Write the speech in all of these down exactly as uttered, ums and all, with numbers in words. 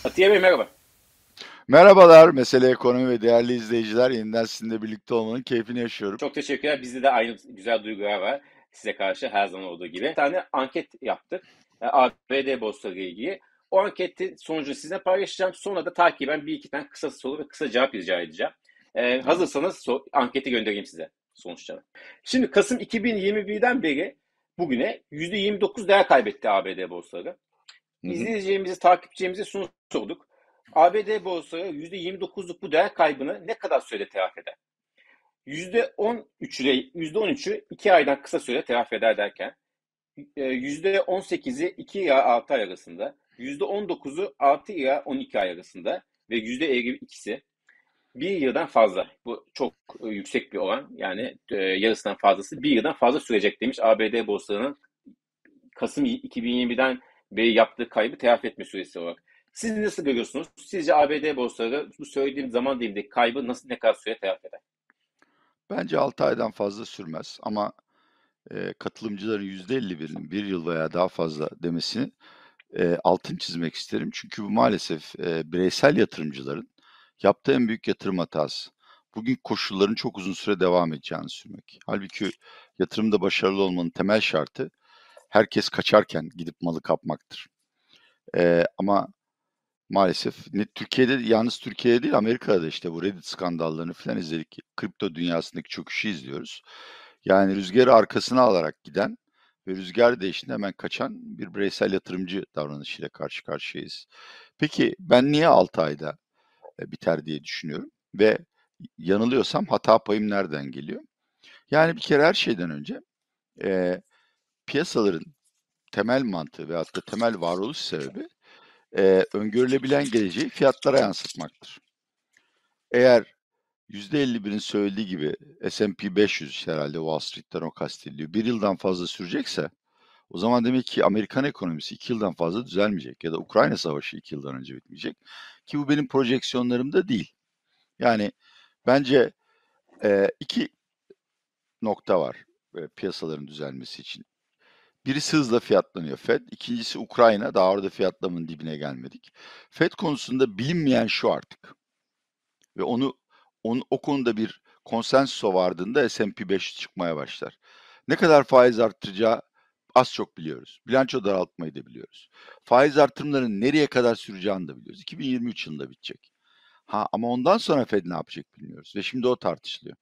Atiye Bey merhaba. Merhabalar, Mesele Ekonomi ve değerli izleyiciler. Yeniden sizinle birlikte olmanın keyfini yaşıyorum. Çok teşekkürler. Bizde de aynı güzel duygular var. Size karşı her zaman olduğu gibi. Bir tane anket yaptık. E, A B D borsaları ile ilgili. O anketin sonucunu sizinle paylaşacağım. Sonra da takiben bir iki tane kısa soru ve kısa cevap rica edeceğim. E, Tamam. hazırsanız so anketi göndereyim size sonuçlarını. Şimdi Kasım iki bin yirmi birden beri bugüne yüzde yirmi dokuz değer kaybetti A B D borsaları. Hı hı. İzleyicilerimize, takipçilerimize şunu sorduk. A B D borsaları yüzde yirmi dokuzluk bu değer kaybını ne kadar sürede telafi eder? yüzde on üç ile yüzde on üçü iki aydan kısa süre telafi eder derken e, yüzde on sekizi iki ila altı ay arasında, yüzde on dokuzu altı ila on iki ay arasında ve yüzde elli ikisi bir yıldan fazla. Bu çok e, yüksek bir oran. Yani e, yarısından fazlası bir yıldan fazla sürecek demiş A B D borsalarının Kasım iki bin yirmiden beri yaptığı kaybı telafi etme süresi olarak. Siz nasıl görüyorsunuz? Sizce A B D borsaları bu söylediğim zaman dilimindeki kaybı nasıl ne kadar süre telafi eder? Bence altı aydan fazla sürmez ama e, katılımcıların yüzde elli birinin bir yıl veya daha fazla demesini e, altın çizmek isterim. Çünkü bu maalesef e, bireysel yatırımcıların yaptığı en büyük yatırım hatası. Bugün koşulların çok uzun süre devam edeceğini sürmek. Halbuki yatırımda başarılı olmanın temel şartı herkes kaçarken gidip malı kapmaktır. E, ama maalesef ne Türkiye'de yalnız Türkiye'de değil Amerika'da da işte bu Reddit skandallarını filan izledik. Kripto dünyasındaki çöküşü izliyoruz. Yani rüzgarı arkasına alarak giden ve rüzgar değiştiğinde hemen kaçan bir bireysel yatırımcı davranışıyla karşı karşıyayız. Peki ben niye altı ayda e, biter diye düşünüyorum ve yanılıyorsam hata payım nereden geliyor? Yani bir kere her şeyden önce e, piyasaların temel mantığı veyahut da temel varoluş sebebi e, öngörülebilen geleceği fiyatlara yansıtmaktır. Eğer yüzde elli birin söylediği gibi S and P beş yüz işte herhalde Wall Street'ten o kastediliyor. Bir yıldan fazla sürecekse o zaman demek ki Amerikan ekonomisi iki yıldan fazla düzelmeyecek ya da Ukrayna Savaşı iki yıldan önce bitmeyecek. Ki bu benim projeksiyonlarımda değil. Yani bence e, iki nokta var e, piyasaların düzelmesi için. Birisi hızla fiyatlanıyor Fed. İkincisi Ukrayna. Daha orada fiyatlamanın dibine gelmedik. Fed konusunda bilinmeyen şu artık. Ve onu, onu o konuda bir konsensusa vardığında S and P beş yüz çıkmaya başlar. Ne kadar faiz arttıracağı az çok biliyoruz. Bilanço daraltmayı da biliyoruz. Faiz artırımlarının nereye kadar süreceğini de biliyoruz. iki bin yirmi üç yılında bitecek. Ha ama ondan sonra Fed ne yapacak bilmiyoruz ve şimdi o tartışılıyor.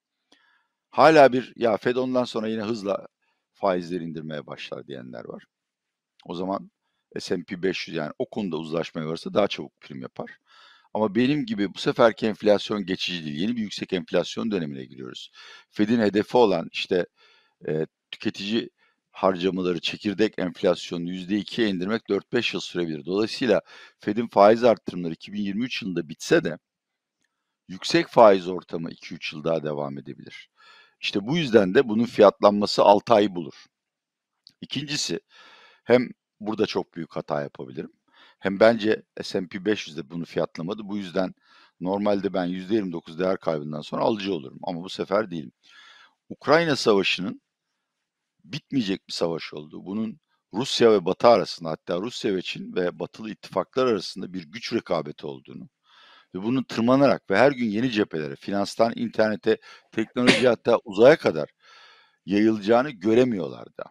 Hala bir ya Fed ondan sonra yine hızla faizleri indirmeye başlar diyenler var. O zaman S and P beş yüz yani o konuda uzlaşmaya varsa daha çabuk prim yapar. Ama benim gibi bu seferki enflasyon geçici değil. Yeni bir yüksek enflasyon dönemine giriyoruz. Fed'in hedefi olan işte e, tüketici harcamaları çekirdek enflasyonunu yüzde ikiye indirmek dört beş yıl sürebilir. Dolayısıyla Fed'in faiz arttırımları iki bin yirmi üç yılında bitse de yüksek faiz ortamı iki üç yıl daha devam edebilir. İşte bu yüzden de bunun fiyatlanması altı ayı bulur. İkincisi hem burada çok büyük hata yapabilirim. Hem bence S and P beş yüz de bunu fiyatlamadı. Bu yüzden normalde ben yüzde yirmi dokuz değer kaybından sonra alıcı olurum. Ama bu sefer değilim. Ukrayna Savaşı'nın bitmeyecek bir savaş olduğu, bunun Rusya ve Batı arasında hatta Rusya ve Çin ve Batılı ittifaklar arasında bir güç rekabeti olduğunu ve bunun tırmanarak ve her gün yeni cephelere, finanstan internete, teknoloji hatta uzaya kadar yayılacağını göremiyorlardı.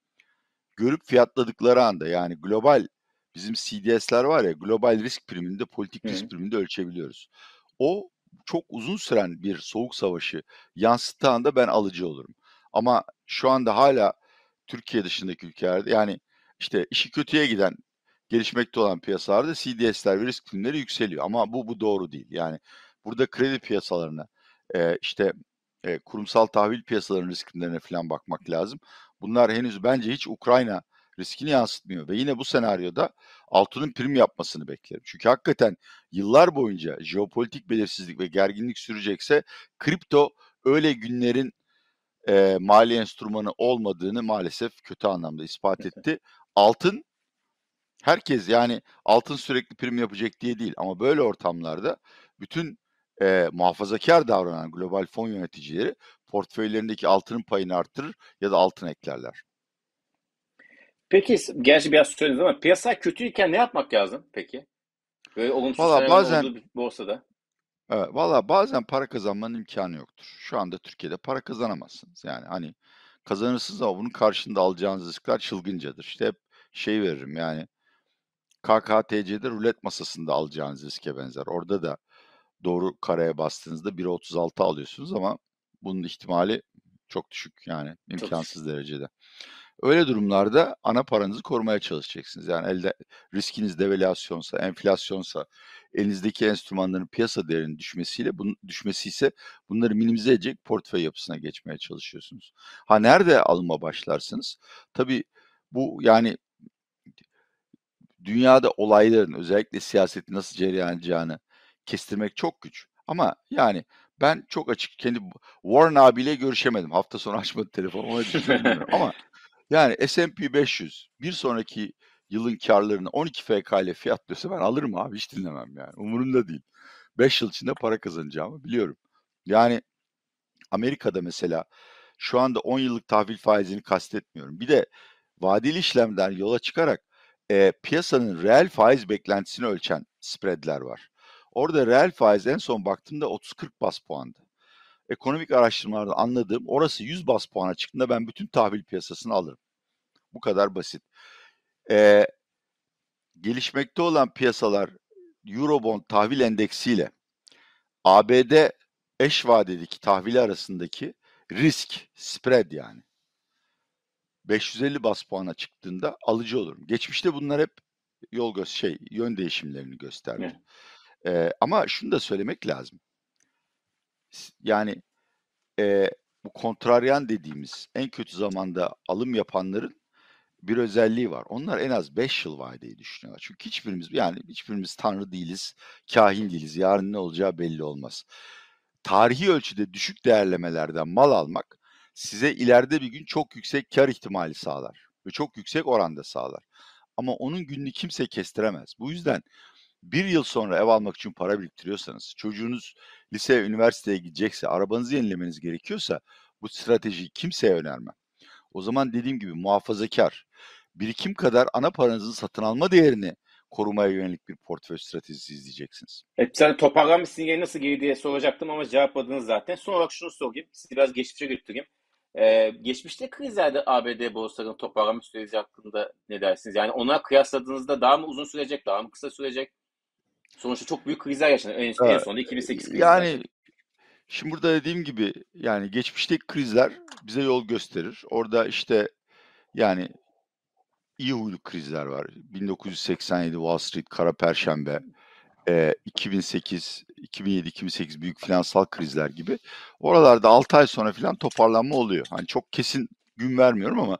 Görüp fiyatladıkları anda yani global bizim C D S'ler var ya global risk priminde politik risk Hı. priminde ölçebiliyoruz. O çok uzun süren bir soğuk savaşı yansıttığı anda ben alıcı olurum. Ama şu anda hala Türkiye dışındaki ülkelerde yani işte işi kötüye giden gelişmekte olan piyasalarda C D S'ler ve risk primleri yükseliyor. Ama bu bu doğru değil. Yani burada kredi piyasalarına e, işte e, kurumsal tahvil piyasalarının risk primlerine falan bakmak lazım. Bunlar henüz bence hiç Ukrayna riskini yansıtmıyor ve yine bu senaryoda altının prim yapmasını beklerim. Çünkü hakikaten yıllar boyunca jeopolitik belirsizlik ve gerginlik sürecekse kripto öyle günlerin e, mali enstrümanı olmadığını maalesef kötü anlamda ispat etti. Altın herkes yani altın sürekli prim yapacak diye değil ama böyle ortamlarda bütün e, muhafazakar davranan global fon yöneticileri portföylerindeki altının payını arttırır ya da altın eklerler. Peki, gerçi biraz söylediniz ama piyasa kötüyken ne yapmak lazım peki? Böyle olumsuz Valla kararların bazen olduğu bir borsada. evet, valla bazen para kazanmanın imkanı yoktur. Şu anda Türkiye'de para kazanamazsınız. Yani hani kazanırsınız ama bunun karşında alacağınız riskler çılgıncadır. İşte hep şey veririm yani K K T C'de rulet masasında alacağınız riske benzer. Orada da doğru kareye bastığınızda bir virgül otuz altı alıyorsunuz ama bunun ihtimali çok düşük yani Çok düşük. imkansız derecede. Öyle durumlarda ana paranızı korumaya çalışacaksınız. Yani elde riskiniz devalüasyonsa, enflasyonsa, elinizdeki enstrümanların piyasa değerinin düşmesiyle bunun düşmesi ise bunları minimize edecek portföy yapısına geçmeye çalışıyorsunuz. Ha nerede alıma başlarsınız? Tabii bu yani dünyada olayların özellikle siyasetin nasıl cereyan edeceğini kestirmek çok güç. Ama yani ben çok açık kendi Warren abiyle görüşemedim. Hafta sonu açmadı telefonu ona düştü bilmiyorum. Ama yani S and P beş yüz bir sonraki yılın karlarını on iki F K ile fiyatlıyorsa ben alırım abi hiç dinlemem yani. Umurumda değil. beş yıl içinde para kazanacağımı biliyorum. Yani Amerika'da mesela şu anda on yıllık tahvil faizini kastetmiyorum. Bir de vadeli işlemden yola çıkarak e, piyasanın reel faiz beklentisini ölçen spreadler var. Orada reel faiz en son baktığımda otuz kırk bas puandı. Ekonomik araştırmalarda anladığım orası yüz bas puana çıktığında ben bütün tahvil piyasasını alırım. Bu kadar basit. E, Gelişmekte olan piyasalar Eurobond tahvil endeksiyle A B D eş vadedeki tahvili arasındaki risk, spread yani beş yüz elli bas puana çıktığında alıcı olurum. Geçmişte bunlar hep yol gö şey yön değişimlerini gösterdi. Evet. Eee, ama şunu da söylemek lazım. Yani eee, bu kontraryen dediğimiz en kötü zamanda alım yapanların bir özelliği var. Onlar en az beş yıl vadeyi düşünüyorlar. Çünkü hiçbirimiz yani hiçbirimiz tanrı değiliz, kahin değiliz. Yarın ne olacağı belli olmaz. Tarihi ölçüde düşük değerlemelerden mal almak size ileride bir gün çok yüksek kar ihtimali sağlar ve çok yüksek oranda sağlar. Ama onun gününü kimse kestiremez. Bu yüzden bir yıl sonra ev almak için para biriktiriyorsanız, çocuğunuz lise, üniversiteye gidecekse, arabanızı yenilemeniz gerekiyorsa bu stratejiyi kimseye önermem. O zaman dediğim gibi muhafazakar, birikim kadar ana paranızın satın alma değerini korumaya yönelik bir portföy stratejisi izleyeceksiniz. E, sen toparlanmışsın yine nasıl geri diye soracaktım ama cevapladınız zaten. Son olarak şunu sorayım. Sizi biraz geçmişe götüreyim. Ee, geçmişte krizlerde A B D borsalarının toparlanmış süreci hakkında ne dersiniz? Yani ona kıyasladığınızda daha mı uzun sürecek, daha mı kısa sürecek? Sonuçta çok büyük krizler yaşandı. En, en Ee, sonunda iki bin sekiz krizi var. Yani şimdi burada dediğim gibi yani geçmişteki krizler bize yol gösterir. Orada işte yani iyi huylu krizler var. bin dokuz yüz seksen yedi Wall Street, Kara Perşembe, e, iki bin sekiz, iki bin yedi, iki bin sekiz büyük finansal krizler gibi. Oralarda altı ay sonra falan toparlanma oluyor. Hani çok kesin gün vermiyorum ama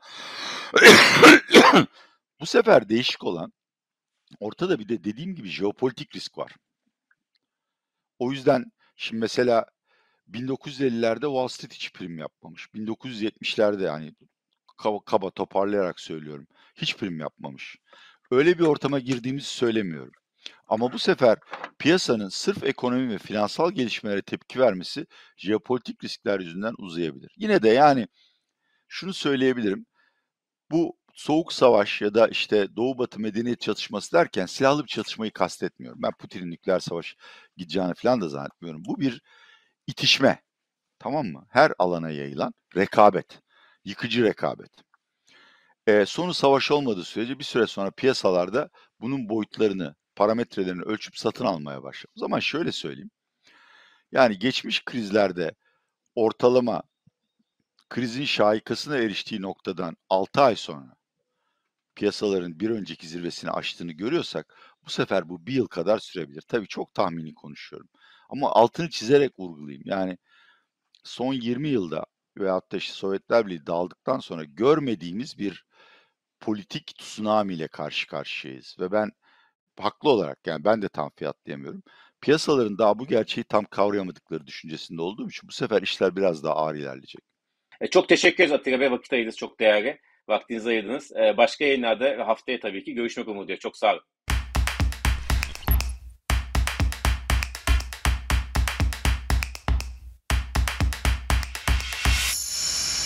bu sefer değişik olan ortada bir de dediğim gibi jeopolitik risk var. O yüzden şimdi mesela bin dokuz yüz ellilerde Wall Street hiç prim yapmamış. bin dokuz yüz yetmişlerde yani kaba, kaba toparlayarak söylüyorum. Hiç prim yapmamış. Öyle bir ortama girdiğimizi söylemiyorum. Ama bu sefer piyasanın sırf ekonomi ve finansal gelişmelere tepki vermesi jeopolitik riskler yüzünden uzayabilir. Yine de yani şunu söyleyebilirim. Bu soğuk savaş ya da işte Doğu Batı medeniyet çatışması derken silahlı bir çatışmayı kastetmiyorum. Ben Putin'in nükleer savaş gideceğini falan da zannetmiyorum. Bu bir itişme, tamam mı? Her alana yayılan rekabet, yıkıcı rekabet. Eee, sonu savaş olmadığı sürece bir süre sonra piyasalarda bunun boyutlarını, parametrelerini ölçüp satın almaya başlar. O zaman şöyle söyleyeyim. Yani geçmiş krizlerde ortalama krizin şahikasına eriştiği noktadan altı ay sonra piyasaların bir önceki zirvesini aştığını görüyorsak bu sefer bu bir yıl kadar sürebilir. Tabii çok tahmini konuşuyorum. Ama altını çizerek vurgulayayım. Yani son yirmi yılda veyahut da işte Sovyetler Birliği dağıldıktan sonra görmediğimiz bir politik tsunami ile karşı karşıyayız. Ve ben haklı olarak yani ben de tam fiyatlayamıyorum. Piyasaların daha bu gerçeği tam kavrayamadıkları düşüncesinde olduğum için bu sefer işler biraz daha ağır ilerleyecek. E, çok teşekkür ederiz Atilla Bey. Vakit ayırdınız. Çok değerli. Vaktinizi ayırdınız. E, başka yayınlarda ve haftaya tabii ki görüşmek umuduyla. Çok sağ olun.